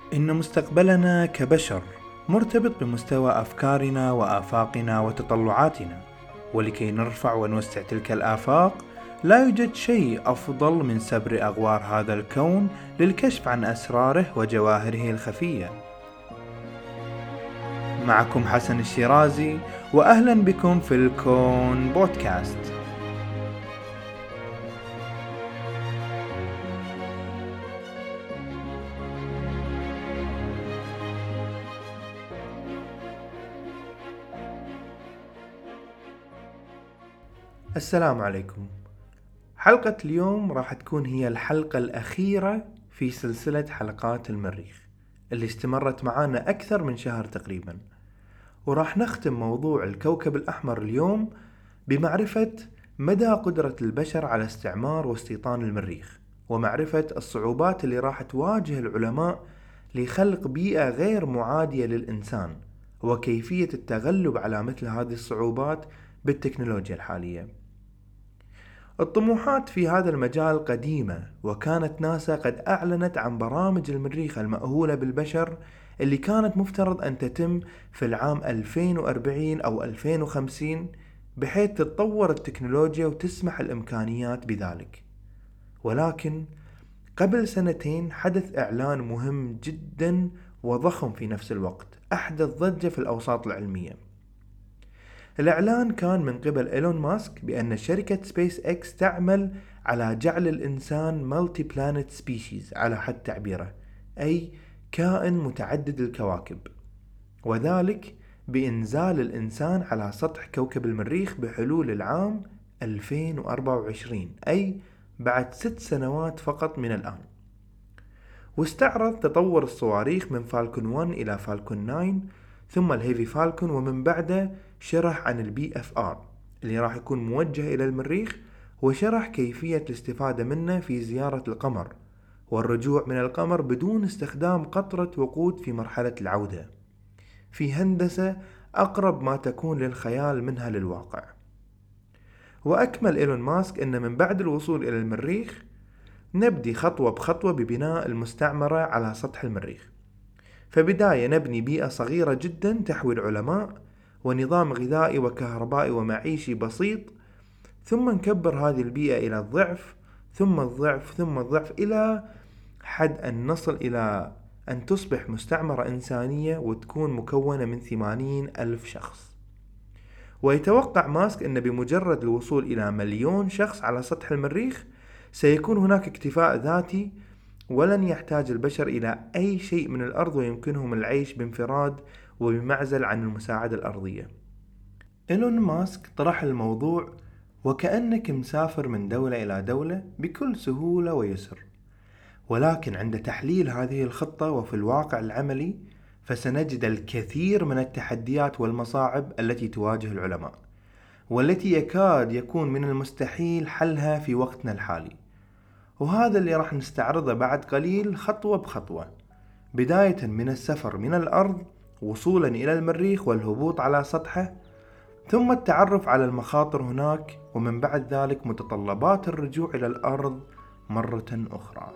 إن مستقبلنا كبشر مرتبط بمستوى أفكارنا وآفاقنا وتطلعاتنا، ولكي نرفع ونوسع تلك الآفاق لا يوجد شيء أفضل من سبر أغوار هذا الكون للكشف عن أسراره وجواهره الخفية. معكم حسن الشيرازي، وأهلا بكم في الكون بودكاست. السلام عليكم. حلقة اليوم راح تكون هي الحلقة الأخيرة في سلسلة حلقات المريخ اللي استمرت معانا أكثر من شهر تقريبا، وراح نختم موضوع الكوكب الأحمر اليوم بمعرفة مدى قدرة البشر على استعمار واستيطان المريخ، ومعرفة الصعوبات اللي راح تواجه العلماء لخلق بيئة غير معادية للإنسان، وكيفية التغلب على مثل هذه الصعوبات بالتكنولوجيا الحالية. الطموحات في هذا المجال قديمة، وكانت ناسا قد أعلنت عن برامج المريخ المأهولة بالبشر اللي كانت مفترض أن تتم في العام 2040 أو 2050، بحيث تتطور التكنولوجيا وتسمح الإمكانيات بذلك. ولكن قبل سنتين حدث إعلان مهم جدا وضخم في نفس الوقت أحدث ضجة في الأوساط العلمية. الإعلان كان من قبل إيلون ماسك بأن شركة سبيس إكس تعمل على جعل الإنسان مالتي بلانت سبيشيز على حد تعبيره، أي كائن متعدد الكواكب، وذلك بإنزال الإنسان على سطح كوكب المريخ بحلول العام 2024، أي بعد 6 سنوات فقط من الآن. واستعرض تطور الصواريخ من فالكون 1 إلى فالكون 9 ثم الهيفي فالكون، ومن بعده شرح عن البي اف ار اللي راح يكون موجه إلى المريخ، وشرح كيفية الاستفادة منه في زيارة القمر والرجوع من القمر بدون استخدام قطرة وقود في مرحلة العودة، في هندسة أقرب ما تكون للخيال منها للواقع. وأكمل إيلون ماسك أن من بعد الوصول إلى المريخ نبدي خطوة بخطوة ببناء المستعمرة على سطح المريخ. فبداية نبني بيئة صغيرة جدا تحوي العلماء ونظام غذائي وكهربائي ومعيشي بسيط، ثم نكبر هذه البيئة إلى الضعف ثم الضعف ثم الضعف إلى حد أن نصل إلى أن تصبح مستعمرة إنسانية وتكون مكونة من 80,000 شخص. ويتوقع ماسك أن بمجرد الوصول إلى 1,000,000 شخص على سطح المريخ سيكون هناك اكتفاء ذاتي، ولن يحتاج البشر إلى أي شيء من الأرض، ويمكنهم العيش بانفراد وبمعزل عن المساعدة الأرضية. إيلون ماسك طرح الموضوع وكأنك مسافر من دولة إلى دولة بكل سهولة ويسر، ولكن عند تحليل هذه الخطة وفي الواقع العملي فسنجد الكثير من التحديات والمصاعب التي تواجه العلماء، والتي يكاد يكون من المستحيل حلها في وقتنا الحالي. وهذا اللي راح نستعرضه بعد قليل خطوة بخطوة، بداية من السفر من الأرض وصولا إلى المريخ والهبوط على سطحه، ثم التعرف على المخاطر هناك، ومن بعد ذلك متطلبات الرجوع إلى الأرض مرة أخرى.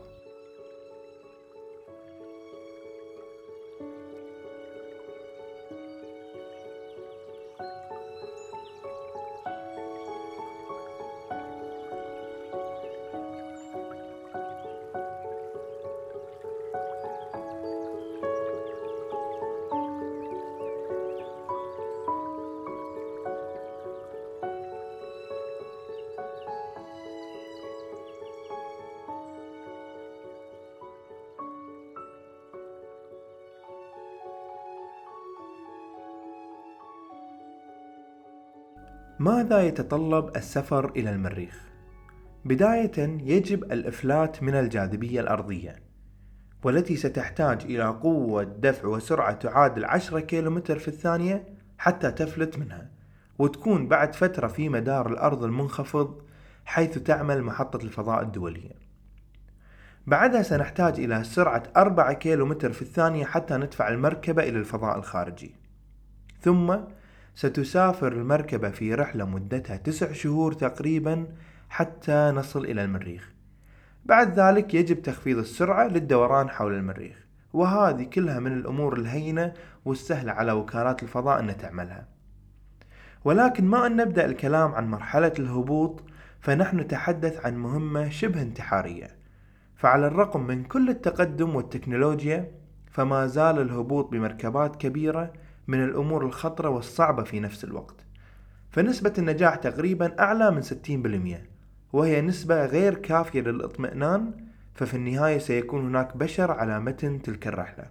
ماذا يتطلب السفر إلى المريخ؟ بداية يجب الإفلات من الجاذبية الأرضية، والتي ستحتاج إلى قوة دفع وسرعة تعادل 10 كيلومتر في الثانية حتى تفلت منها، وتكون بعد فترة في مدار الأرض المنخفض حيث تعمل محطة الفضاء الدولية. بعدها سنحتاج إلى سرعة 4 كيلومتر في الثانية حتى ندفع المركبة إلى الفضاء الخارجي. ثم ستسافر المركبة في رحلة مدتها 9 شهور تقريبا حتى نصل إلى المريخ. بعد ذلك يجب تخفيض السرعة للدوران حول المريخ، وهذه كلها من الأمور الهينة والسهلة على وكالات الفضاء أن تعملها. ولكن ما أن نبدأ الكلام عن مرحلة الهبوط، فنحن نتحدث عن مهمة شبه انتحارية. فعلى الرغم من كل التقدم والتكنولوجيا، فما زال الهبوط بمركبات كبيرة من الأمور الخطرة والصعبة في نفس الوقت. فنسبة النجاح تقريبا أعلى من 60%، وهي نسبة غير كافية للإطمئنان، ففي النهاية سيكون هناك بشر على متن تلك الرحلة.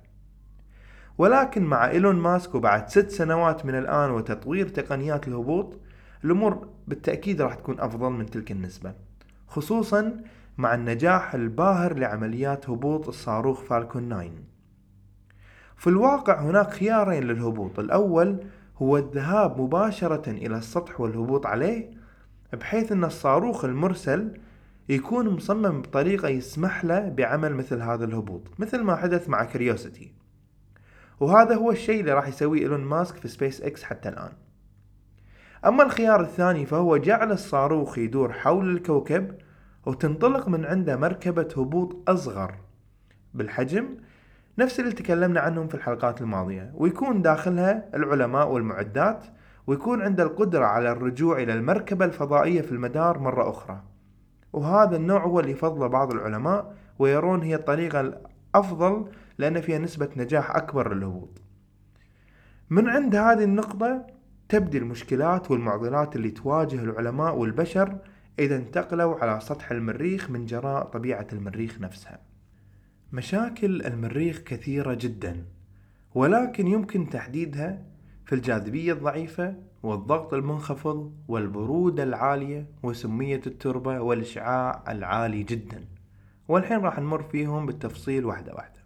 ولكن مع إيلون ماسك وبعد 6 سنوات من الآن وتطوير تقنيات الهبوط، الأمور بالتأكيد راح تكون أفضل من تلك النسبة، خصوصا مع النجاح الباهر لعمليات هبوط الصاروخ فالكون 9. في الواقع هناك خيارين للهبوط. الأول هو الذهاب مباشرة إلى السطح والهبوط عليه، بحيث أن الصاروخ المرسل يكون مصمم بطريقة يسمح له بعمل مثل هذا الهبوط، مثل ما حدث مع كريوسيتي. وهذا هو الشيء اللي راح يسويه إيلون ماسك في سبيس إكس حتى الآن. أما الخيار الثاني فهو جعل الصاروخ يدور حول الكوكب، وتنطلق من عنده مركبة هبوط أصغر بالحجم، نفس اللي تكلمنا عنهم في الحلقات الماضية، ويكون داخلها العلماء والمعدات، ويكون عنده القدرة على الرجوع إلى المركبة الفضائية في المدار مرة أخرى. وهذا النوع هو اللي يفضله بعض العلماء، ويرون هي الطريقة الأفضل لأن فيها نسبة نجاح أكبر للهبوط. من عند هذه النقطة تبدي المشكلات والمعضلات اللي تواجه العلماء والبشر إذا انتقلوا على سطح المريخ من جراء طبيعة المريخ نفسها. مشاكل المريخ كثيرة جدا، ولكن يمكن تحديدها في الجاذبية الضعيفة والضغط المنخفض والبرودة العالية وسمية التربة والإشعاع العالي جدا، والحين راح نمر فيهم بالتفصيل واحدة واحدة.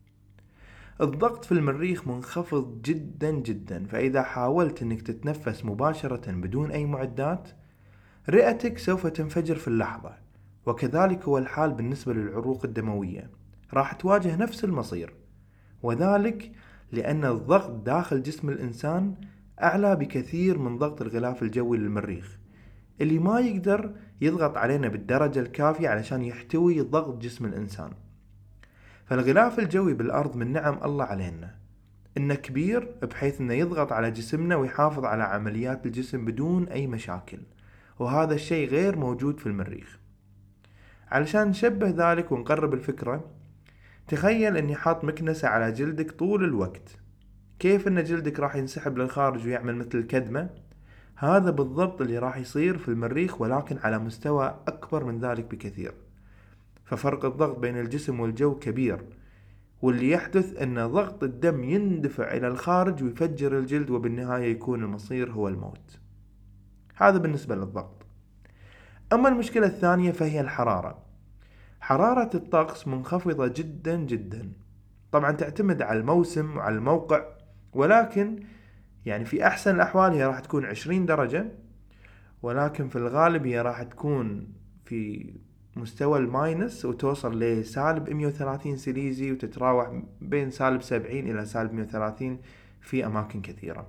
الضغط في المريخ منخفض جدا جدا، فإذا حاولت أنك تتنفس مباشرة بدون أي معدات، رئتك سوف تنفجر في اللحظة. وكذلك هو الحال بالنسبة للعروق الدموية، راح تواجه نفس المصير، وذلك لأن الضغط داخل جسم الإنسان أعلى بكثير من ضغط الغلاف الجوي للمريخ، اللي ما يقدر يضغط علينا بالدرجة الكافية علشان يحتوي ضغط جسم الإنسان. فالغلاف الجوي بالأرض من نعم الله علينا إنه كبير بحيث إنه يضغط على جسمنا ويحافظ على عمليات الجسم بدون أي مشاكل، وهذا الشيء غير موجود في المريخ. علشان نشبه ذلك ونقرب الفكرة، تخيل إني حاط مكنسة على جلدك طول الوقت. كيف إن جلدك راح ينسحب للخارج ويعمل مثل الكدمة؟ هذا بالضبط اللي راح يصير في المريخ، ولكن على مستوى أكبر من ذلك بكثير. ففرق الضغط بين الجسم والجو كبير، واللي يحدث أن ضغط الدم يندفع إلى الخارج ويفجر الجلد، وبالنهاية يكون المصير هو الموت. هذا بالنسبة للضغط. أما المشكلة الثانية فهي الحرارة. حرارة الطقس منخفضة جدا جدا، طبعا تعتمد على الموسم وعلى الموقع، ولكن يعني في أحسن الأحوال هي راح تكون 20 درجة، ولكن في الغالب هي راح تكون في مستوى الماينس وتوصل لسالب 130 سيليزي، وتتراوح بين سالب 70 إلى سالب 130 في أماكن كثيرة.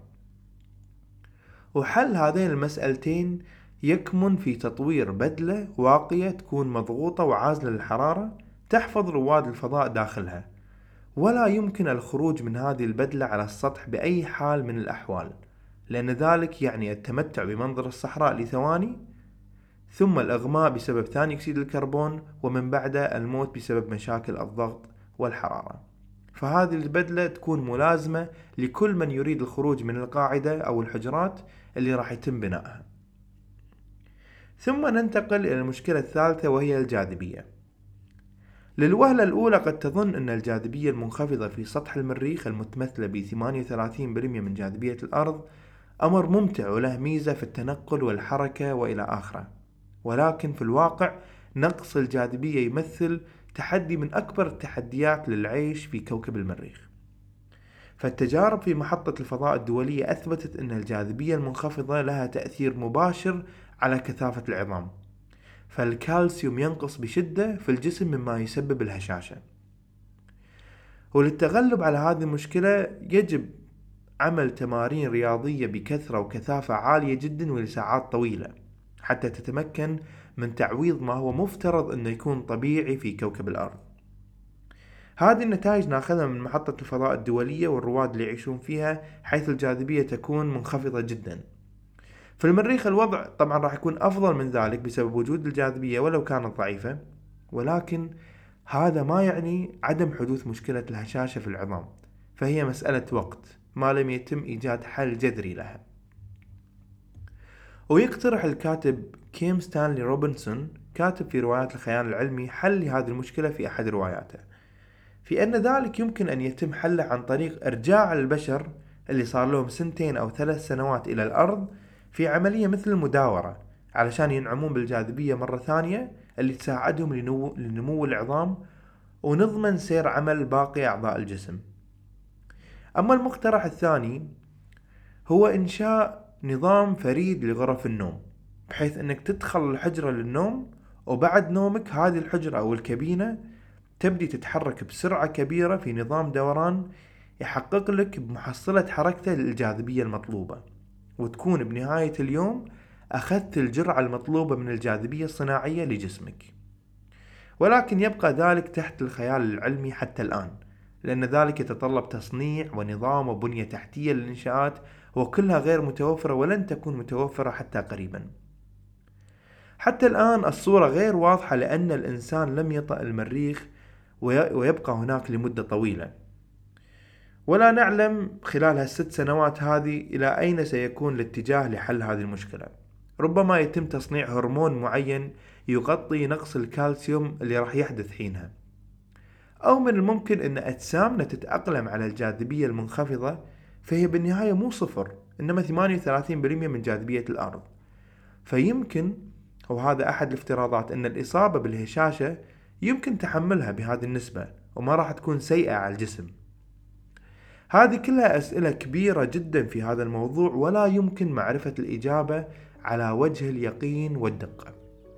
وحل هذين المسألتين يكمن في تطوير بدلة واقية تكون مضغوطة وعازلة للحرارة، تحفظ رواد الفضاء داخلها، ولا يمكن الخروج من هذه البدلة على السطح بأي حال من الأحوال، لأن ذلك يعني التمتع بمنظر الصحراء لثواني، ثم الإغماء بسبب ثاني أكسيد الكربون، ومن بعده الموت بسبب مشاكل الضغط والحرارة. فهذه البدلة تكون ملازمة لكل من يريد الخروج من القاعدة أو الحجرات اللي راح يتم بنائها. ثم ننتقل إلى المشكلة الثالثة وهي الجاذبية. للوهلة الأولى قد تظن أن الجاذبية المنخفضة في سطح المريخ المتمثلة ب 38% من جاذبية الأرض أمر ممتع وله ميزة في التنقل والحركة وإلى آخره، ولكن في الواقع نقص الجاذبية يمثل تحدي من أكبر التحديات للعيش في كوكب المريخ. فالتجارب في محطة الفضاء الدولية أثبتت أن الجاذبية المنخفضة لها تأثير مباشر على كثافة العظام، فالكالسيوم ينقص بشدة في الجسم مما يسبب الهشاشة. وللتغلب على هذه المشكلة يجب عمل تمارين رياضية بكثرة وكثافة عالية جدا ولساعات طويلة، حتى تتمكن من تعويض ما هو مفترض أنه يكون طبيعي في كوكب الأرض. هذه النتائج ناخذها من محطة الفضاء الدولية والرواد اللي يعيشون فيها، حيث الجاذبية تكون منخفضة جدا. في المريخ الوضع طبعا راح يكون أفضل من ذلك بسبب وجود الجاذبية ولو كانت ضعيفة، ولكن هذا ما يعني عدم حدوث مشكلة الهشاشة في العظام، فهي مسألة وقت ما لم يتم إيجاد حل جذري لها. ويقترح الكاتب كيم ستانلي روبنسون، كاتب في روايات الخيال العلمي، حل لهذه المشكلة في أحد رواياته، في أن ذلك يمكن أن يتم حله عن طريق إرجاع البشر اللي صار لهم 2 أو 3 سنوات إلى الأرض في عملية مثل المداورة، علشان ينعمون بالجاذبية مرة ثانية اللي تساعدهم لنمو العظام، ونضمن سير عمل باقي أعضاء الجسم. أما المقترح الثاني هو إنشاء نظام فريد لغرف النوم، بحيث أنك تدخل الحجرة للنوم، وبعد نومك هذه الحجرة أو الكابينة تبدي تتحرك بسرعة كبيرة في نظام دوران يحقق لك بمحصلة حركته للجاذبية المطلوبة، وتكون بنهاية اليوم أخذت الجرعة المطلوبة من الجاذبية الصناعية لجسمك. ولكن يبقى ذلك تحت الخيال العلمي حتى الآن، لأن ذلك يتطلب تصنيع ونظام وبنية تحتية للإنشاءات، وكلها غير متوفرة ولن تكون متوفرة حتى قريبا. حتى الآن الصورة غير واضحة، لأن الإنسان لم يطأ المريخ ويبقى هناك لمدة طويلة، ولا نعلم خلال ال6 سنوات هذه إلى أين سيكون الاتجاه لحل هذه المشكلة. ربما يتم تصنيع هرمون معين يغطي نقص الكالسيوم اللي راح يحدث حينها، أو من الممكن أن أجسامنا تتأقلم على الجاذبية المنخفضة، فهي بالنهاية مو صفر، إنما 38% من جاذبية الأرض. فيمكن، وهذا أحد الافتراضات، أن الإصابة بالهشاشة يمكن تحملها بهذه النسبة وما راح تكون سيئة على الجسم. هذه كلها أسئلة كبيرة جدا في هذا الموضوع، ولا يمكن معرفة الإجابة على وجه اليقين والدقة.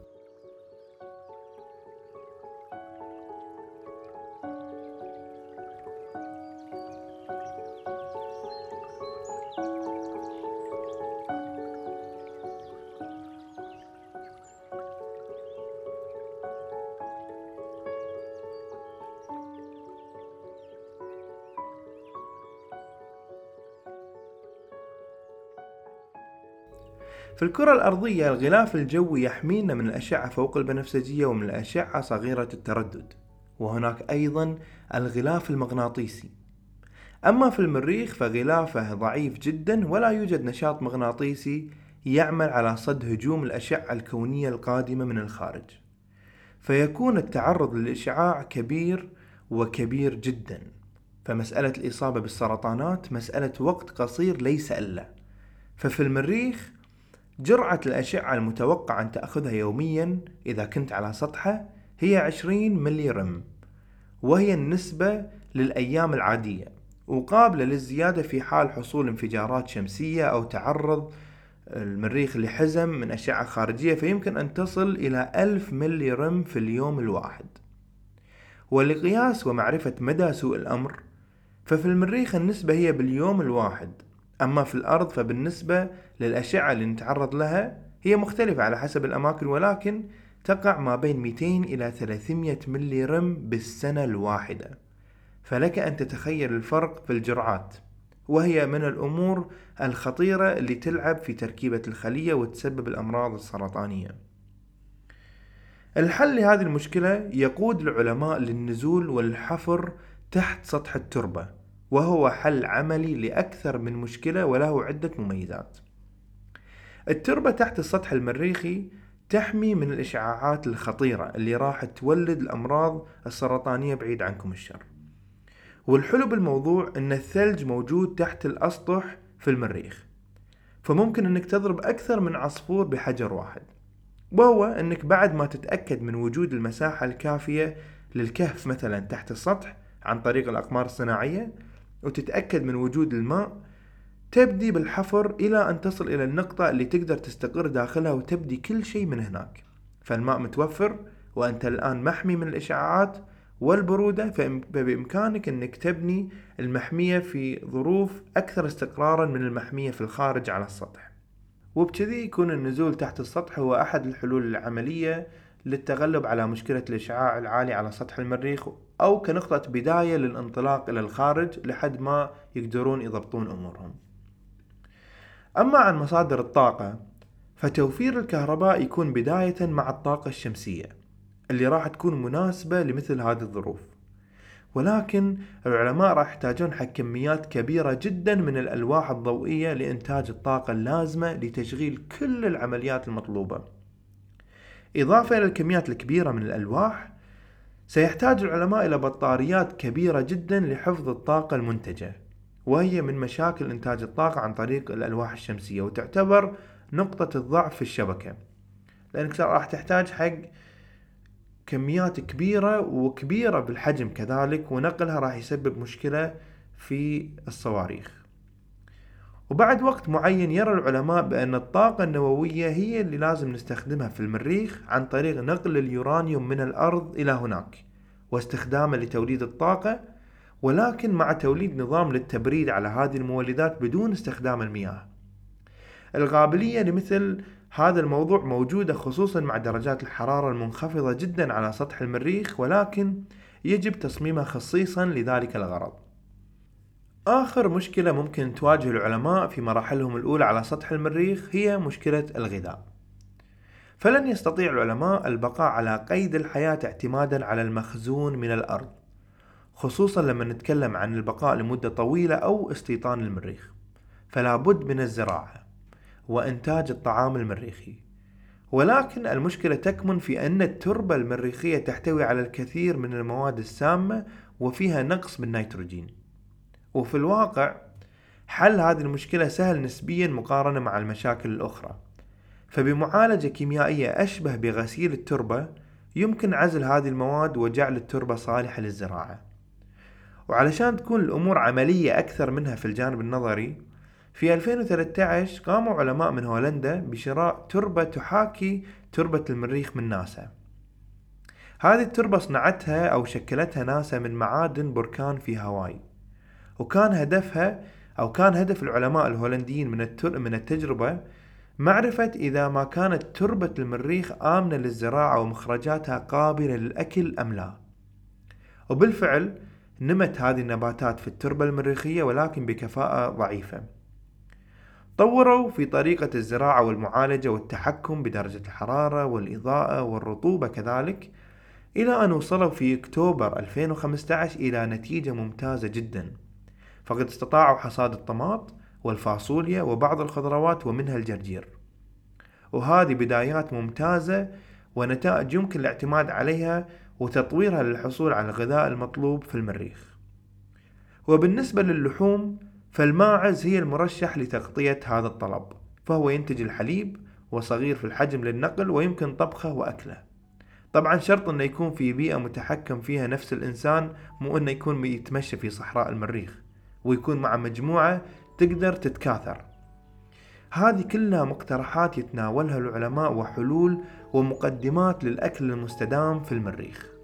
في الكرة الأرضية الغلاف الجوي يحمينا من الأشعة فوق البنفسجية ومن الأشعة صغيرة التردد، وهناك أيضا الغلاف المغناطيسي. أما في المريخ فغلافه ضعيف جدا، ولا يوجد نشاط مغناطيسي يعمل على صد هجوم الأشعة الكونية القادمة من الخارج، فيكون التعرض للإشعاع كبير وكبير جدا. فمسألة الإصابة بالسرطانات مسألة وقت قصير ليس إلا. ففي المريخ جرعة الأشعة المتوقع أن تأخذها يوميا إذا كنت على سطحه هي 20 ملي رم، وهي النسبة للأيام العادية، وقابلة للزيادة في حال حصول انفجارات شمسية أو تعرض المريخ لحزم من أشعة خارجية، فيمكن أن تصل إلى 1000 ملي رم في اليوم الواحد. ولقياس ومعرفة مدى سوء الأمر، ففي المريخ النسبة هي باليوم الواحد، أما في الأرض فبالنسبة للأشعة اللي نتعرض لها هي مختلفة على حسب الأماكن، ولكن تقع ما بين 200 إلى 300 ملي رم بالسنة الواحدة. فلك أن تتخيل الفرق في الجرعات، وهي من الأمور الخطيرة اللي تلعب في تركيبة الخلية وتسبب الأمراض السرطانية. الحل لهذه المشكلة يقود العلماء للنزول والحفر تحت سطح التربة، وهو حل عملي لأكثر من مشكلة وله عدة مميزات. التربة تحت السطح المريخي تحمي من الإشعاعات الخطيرة اللي راح تولد الأمراض السرطانية، بعيد عنكم الشر. والحلو بالموضوع أن الثلج موجود تحت الأسطح في المريخ، فممكن أنك تضرب أكثر من عصفور بحجر واحد، وهو أنك بعد ما تتأكد من وجود المساحة الكافية للكهف مثلا تحت السطح عن طريق الأقمار الصناعية، وتتأكد من وجود الماء، تبدي بالحفر إلى أن تصل إلى النقطة اللي تقدر تستقر داخلها وتبدي كل شيء من هناك. فالماء متوفر، وأنت الآن محمي من الإشعاعات والبرودة، فبإمكانك أنك تبني المحمية في ظروف أكثر استقرارا من المحمية في الخارج على السطح. وبكذي يكون النزول تحت السطح هو أحد الحلول العملية للتغلب على مشكلة الإشعاع العالي على سطح المريخ، أو كنقطة بداية للانطلاق إلى الخارج لحد ما يقدرون يضبطون أمورهم. أما عن مصادر الطاقة، فتوفير الكهرباء يكون بداية مع الطاقة الشمسية اللي راح تكون مناسبة لمثل هذه الظروف، ولكن العلماء راح يحتاجون حق كميات كبيرة جدا من الألواح الضوئية لإنتاج الطاقة اللازمة لتشغيل كل العمليات المطلوبة. إضافة إلى الكميات الكبيرة من الألواح، سيحتاج العلماء إلى بطاريات كبيرة جدا لحفظ الطاقة المنتجة، وهي من مشاكل إنتاج الطاقة عن طريق الألواح الشمسية، وتعتبر نقطة الضعف في الشبكة، لأنك راح تحتاج حق كميات كبيرة وكبيرة بالحجم كذلك، ونقلها راح يسبب مشكلة في الصواريخ. وبعد وقت معين يرى العلماء بأن الطاقة النووية هي اللي لازم نستخدمها في المريخ عن طريق نقل اليورانيوم من الأرض إلى هناك واستخدامه لتوليد الطاقة، ولكن مع توليد نظام للتبريد على هذه المولدات بدون استخدام المياه. القابلية لمثل هذا الموضوع موجودة خصوصا مع درجات الحرارة المنخفضة جدا على سطح المريخ، ولكن يجب تصميمها خصيصا لذلك الغرض. آخر مشكلة ممكن تواجه العلماء في مراحلهم الأولى على سطح المريخ هي مشكلة الغذاء. فلن يستطيع العلماء البقاء على قيد الحياة اعتمادا على المخزون من الأرض، خصوصا لما نتكلم عن البقاء لمدة طويلة أو استيطان المريخ، فلا بد من الزراعة وإنتاج الطعام المريخي. ولكن المشكلة تكمن في أن التربة المريخية تحتوي على الكثير من المواد السامة وفيها نقص بالنيتروجين، وفي الواقع حل هذه المشكلة سهل نسبيا مقارنة مع المشاكل الأخرى. فبمعالجة كيميائية أشبه بغسيل التربة يمكن عزل هذه المواد وجعل التربة صالحة للزراعة. وعلشان تكون الأمور عملية أكثر منها في الجانب النظري، في 2013 قاموا علماء من هولندا بشراء تربة تحاكي تربة المريخ من ناسا. هذه التربة صنعتها أو شكلتها ناسا من معادن بركان في هاواي، وكان كان هدف العلماء الهولنديين من التجربة معرفة إذا ما كانت تربة المريخ آمنة للزراعة ومخرجاتها قابلة للأكل أم لا. وبالفعل نمت هذه النباتات في التربة المريخية، ولكن بكفاءة ضعيفة. طوروا في طريقة الزراعة والمعالجة والتحكم بدرجة الحرارة والإضاءة والرطوبة كذلك، إلى أن وصلوا في أكتوبر 2015 إلى نتيجة ممتازة جدا، فقد استطاعوا حصاد الطماط والفاصوليا وبعض الخضروات ومنها الجرجير. وهذه بدايات ممتازة ونتائج يمكن الاعتماد عليها وتطويرها للحصول على الغذاء المطلوب في المريخ. وبالنسبة للحوم، فالماعز هي المرشح لتغطية هذا الطلب، فهو ينتج الحليب وصغير في الحجم للنقل ويمكن طبخه وأكله. طبعا شرط أنه يكون في بيئة متحكم فيها نفس الإنسان، مو أنه يكون يتمشى في صحراء المريخ، ويكون مع مجموعة تقدر تتكاثر. هذه كلها مقترحات يتناولها العلماء وحلول ومقدمات للأكل المستدام في المريخ.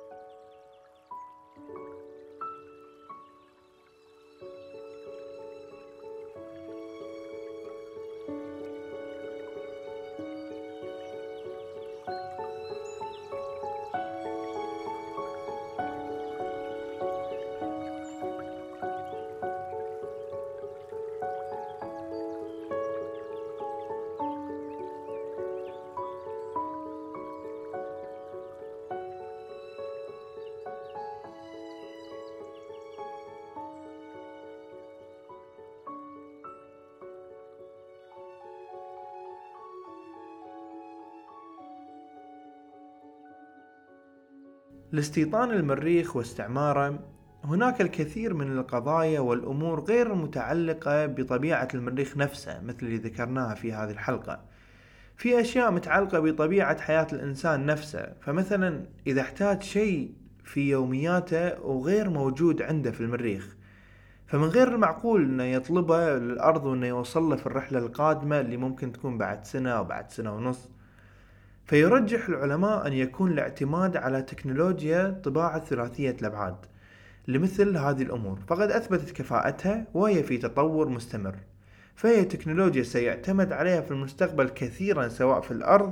لاستيطان المريخ واستعماره، هناك الكثير من القضايا والأمور غير المتعلقة بطبيعة المريخ نفسه مثل اللي ذكرناها في هذه الحلقة. في أشياء متعلقة بطبيعة حياة الإنسان نفسه، فمثلا إذا احتاج شيء في يومياته وغير موجود عنده في المريخ، فمن غير المعقول أنه يطلبه للأرض وأنه يوصل له في الرحلة القادمة اللي ممكن تكون بعد سنة أو بعد سنة ونص. فيرجح العلماء أن يكون الاعتماد على تكنولوجيا طباعة ثلاثية الأبعاد لمثل هذه الأمور، فقد أثبتت كفاءتها وهي في تطور مستمر. فهي تكنولوجيا سيعتمد عليها في المستقبل كثيرا سواء في الأرض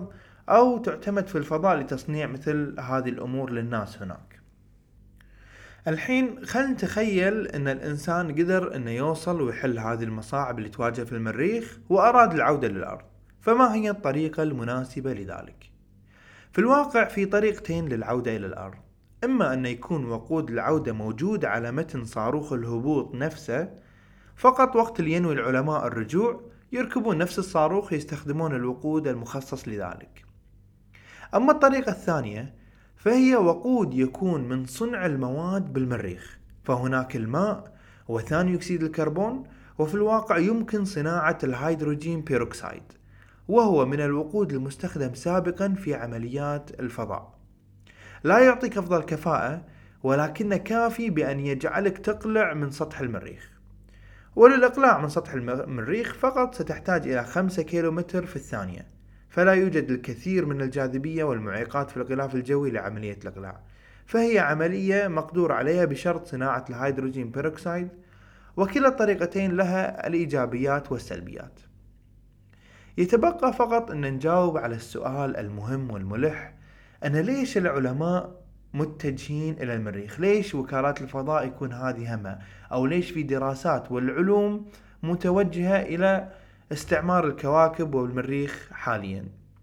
أو تعتمد في الفضاء لتصنيع مثل هذه الأمور للناس هناك. الحين خلينا نتخيل أن الإنسان قدر أنه يوصل ويحل هذه المصاعب اللي تواجه في المريخ وأراد العودة للأرض، فما هي الطريقة المناسبة لذلك؟ في الواقع في طريقتين للعودة إلى الأرض، إما أن يكون وقود العودة موجود على متن صاروخ الهبوط نفسه، فقط وقت اللي ينوي العلماء الرجوع يركبون نفس الصاروخ يستخدمون الوقود المخصص لذلك. أما الطريقة الثانية فهي وقود يكون من صنع المواد بالمريخ، فهناك الماء وثاني أكسيد الكربون، وفي الواقع يمكن صناعة الهيدروجين بيروكسيد، وهو من الوقود المستخدم سابقا في عمليات الفضاء. لا يعطيك أفضل كفاءة، ولكنه كافي بأن يجعلك تقلع من سطح المريخ. وللإقلاع من سطح المريخ فقط ستحتاج إلى 5 كيلومتر في الثانية، فلا يوجد الكثير من الجاذبية والمعيقات في الغلاف الجوي لعملية الإقلاع، فهي عملية مقدور عليها بشرط صناعة الهيدروجين بيروكسيد. وكلا الطريقتين لها الإيجابيات والسلبيات. يتبقى فقط أن نجاوب على السؤال المهم والملح، أن ليش العلماء متجهين إلى المريخ؟ ليش وكالات الفضاء يكون هذه همها؟ أو ليش في دراسات والعلوم متوجهة إلى استعمار الكواكب والمريخ حاليا؟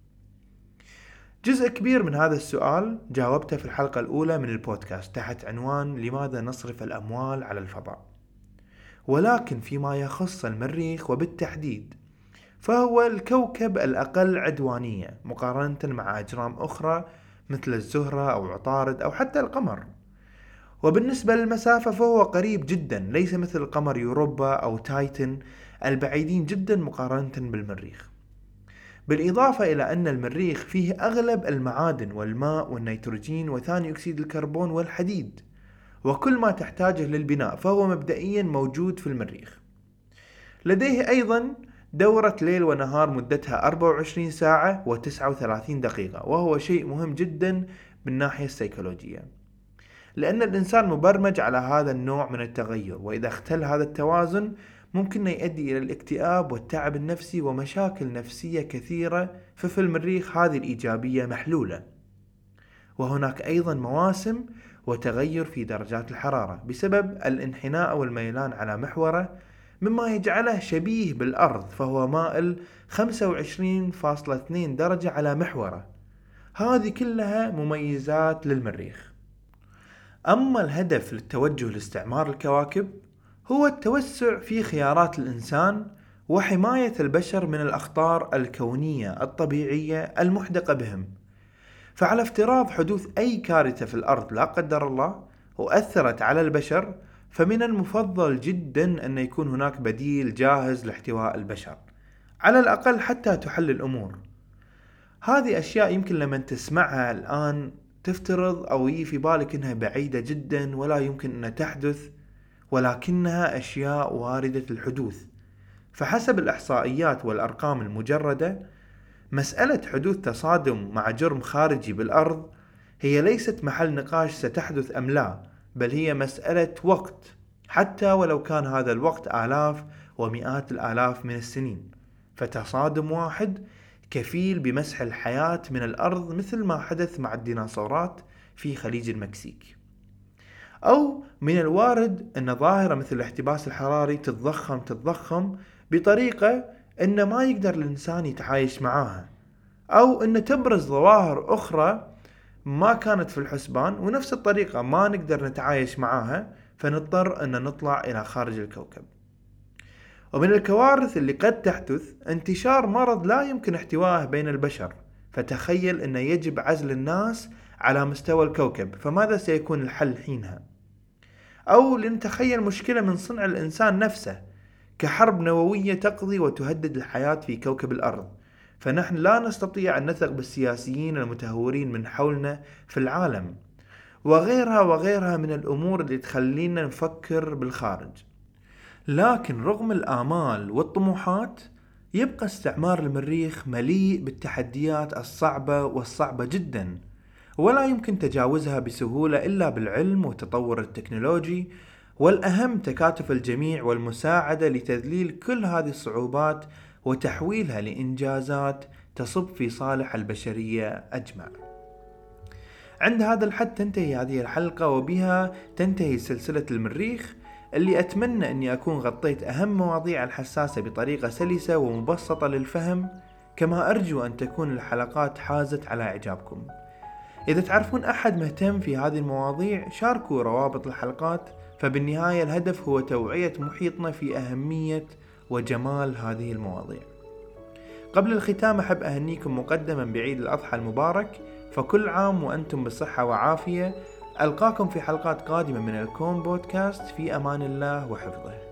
جزء كبير من هذا السؤال جاوبته في الحلقة الأولى من البودكاست تحت عنوان لماذا نصرف الأموال على الفضاء. ولكن فيما يخص المريخ وبالتحديد، فهو الكوكب الأقل عدوانية مقارنة مع أجرام أخرى مثل الزهرة أو عطارد أو حتى القمر. وبالنسبة للمسافة فهو قريب جدا، ليس مثل القمر يوروبا أو تايتن البعيدين جدا مقارنة بالمريخ. بالإضافة إلى أن المريخ فيه أغلب المعادن والماء والنيتروجين وثاني أكسيد الكربون والحديد، وكل ما تحتاجه للبناء فهو مبدئيا موجود في المريخ. لديه أيضا دورة ليل ونهار مدتها 24 ساعة و39 دقيقة، وهو شيء مهم جدا بالناحية السيكولوجية، لأن الإنسان مبرمج على هذا النوع من التغير، وإذا اختل هذا التوازن ممكن يؤدي إلى الاكتئاب والتعب النفسي ومشاكل نفسية كثيرة. ففي المريخ هذه الإيجابية محلولة. وهناك أيضا مواسم وتغير في درجات الحرارة بسبب الانحناء والميلان على محوره، مما يجعله شبيه بالأرض، فهو مائل 25.2 درجة على محوره. هذه كلها مميزات للمريخ. أما الهدف للتوجه لاستعمار الكواكب هو التوسع في خيارات الإنسان وحماية البشر من الأخطار الكونية الطبيعية المحدقة بهم. فعلى افتراض حدوث أي كارثة في الأرض لا قدر الله وأثرت على البشر، فمن المفضل جدا أن يكون هناك بديل جاهز لاحتواء البشر، على الأقل حتى تحل الأمور. هذه أشياء يمكن لما تسمعها الآن تفترض أو يجي في بالك أنها بعيدة جدا ولا يمكن أنها تحدث، ولكنها أشياء واردة الحدوث. فحسب الإحصائيات والأرقام المجردة، مسألة حدوث تصادم مع جرم خارجي بالأرض هي ليست محل نقاش ستحدث أم لا، بل هي مسألة وقت، حتى ولو كان هذا الوقت آلاف ومئات الآلاف من السنين. فتصادم واحد كفيل بمسح الحياة من الأرض، مثل ما حدث مع الديناصورات في خليج المكسيك. أو من الوارد أن ظاهرة مثل الاحتباس الحراري تتضخم بطريقة أن ما يقدر الإنسان يتعايش معاها، أو أن تبرز ظواهر أخرى ما كانت في الحسبان ونفس الطريقة ما نقدر نتعايش معاها، فنضطر أن نطلع إلى خارج الكوكب. ومن الكوارث اللي قد تحدث انتشار مرض لا يمكن احتوائه بين البشر، فتخيل أن يجب عزل الناس على مستوى الكوكب، فماذا سيكون الحل حينها؟ أو لنتخيل مشكلة من صنع الإنسان نفسه كحرب نووية تقضي وتهدد الحياة في كوكب الأرض، فنحن لا نستطيع أن نثق بالسياسيين المتهورين من حولنا في العالم، وغيرها من الأمور اللي تخلينا نفكر بالخارج. لكن رغم الآمال والطموحات، يبقى استعمار المريخ مليء بالتحديات الصعبة جدا، ولا يمكن تجاوزها بسهولة إلا بالعلم والتطور التكنولوجي، والأهم تكاتف الجميع والمساعدة لتذليل كل هذه الصعوبات وتحويلها لإنجازات تصب في صالح البشرية أجمع. عند هذا الحد تنتهي هذه الحلقة، وبها تنتهي سلسلة المريخ، اللي أتمنى أني أكون غطيت أهم مواضيع الحساسة بطريقة سلسة ومبسطة للفهم، كما أرجو أن تكون الحلقات حازت على إعجابكم. إذا تعرفون أحد مهتم في هذه المواضيع شاركوا روابط الحلقات، فبالنهاية الهدف هو توعية محيطنا في أهمية وجمال هذه المواضيع. قبل الختام أحب أهنيكم مقدما بعيد الأضحى المبارك، فكل عام وأنتم بصحة وعافية. ألقاكم في حلقات قادمة من الكون بودكاست، في أمان الله وحفظه.